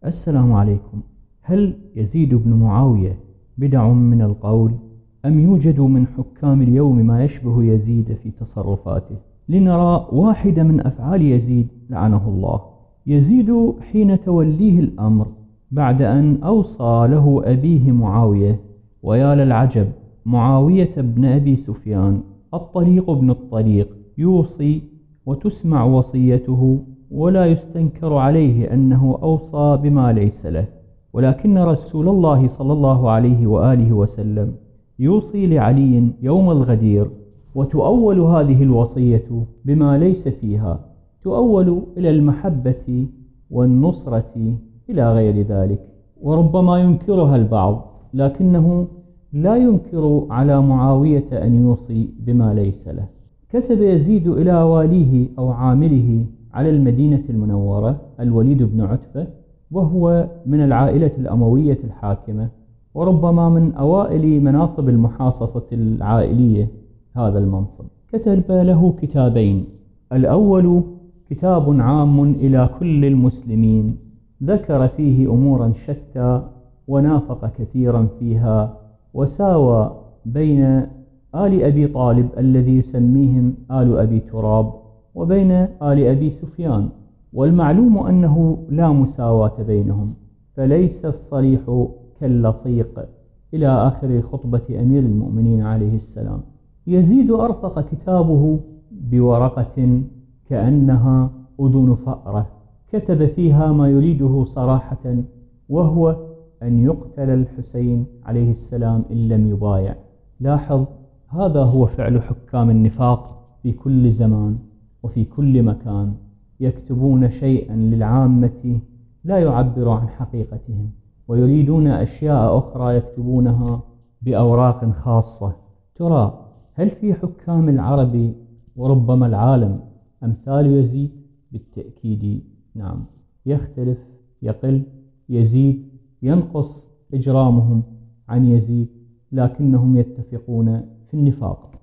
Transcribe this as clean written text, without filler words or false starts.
السلام عليكم. هل يزيد بن معاوية بدع من القول، أم يوجد من حكام اليوم ما يشبه يزيد في تصرفاته؟ لنرى واحدة من أفعال يزيد لعنه الله. يزيد حين توليه الأمر بعد أن أوصى له أبيه معاوية، ويا للعجب، معاوية بن أبي سفيان الطليق بن الطليق يوصي وتسمع وصيته، ولا يستنكر عليه أنه أوصى بما ليس له، ولكن رسول الله صلى الله عليه وآله وسلم يوصي لعلي يوم الغدير، وتؤول هذه الوصية بما ليس فيها، تؤول إلى المحبة والنصرة إلى غير ذلك، وربما ينكرها البعض، لكنه لا ينكر على معاوية أن يوصي بما ليس له. كتب يزيد إلى واليه أو عامله على المدينة المنورة الوليد بن عتبة، وهو من العائلة الأموية الحاكمة، وربما من أوائل مناصب المحاصصة العائلية هذا المنصب. كتب له كتابين: الأول كتاب عام إلى كل المسلمين، ذكر فيه أمورا شتى ونافق كثيرا فيها، وساوى بين آل أبي طالب الذي يسميهم آل أبي تراب وبين آل أبي سفيان، والمعلوم أنه لا مساواة بينهم، فليس الصريح كاللصيق، إلى آخر خطبة أمير المؤمنين عليه السلام. يزيد أرفق كتابه بورقة كأنها أذن فأرة، كتب فيها ما يريده صراحة، وهو أن يقتل الحسين عليه السلام إن لم يبايع. لاحظ، هذا هو فعل حكام النفاق في كل زمان وفي كل مكان، يكتبون شيئا للعامة لا يعبر عن حقيقتهم، ويريدون أشياء أخرى يكتبونها بأوراق خاصة. ترى، هل في حكام العرب وربما العالم أمثال يزيد؟ بالتأكيد نعم. يختلف، يقل، يزيد، ينقص إجرامهم عن يزيد، لكنهم يتفقون في النفاق.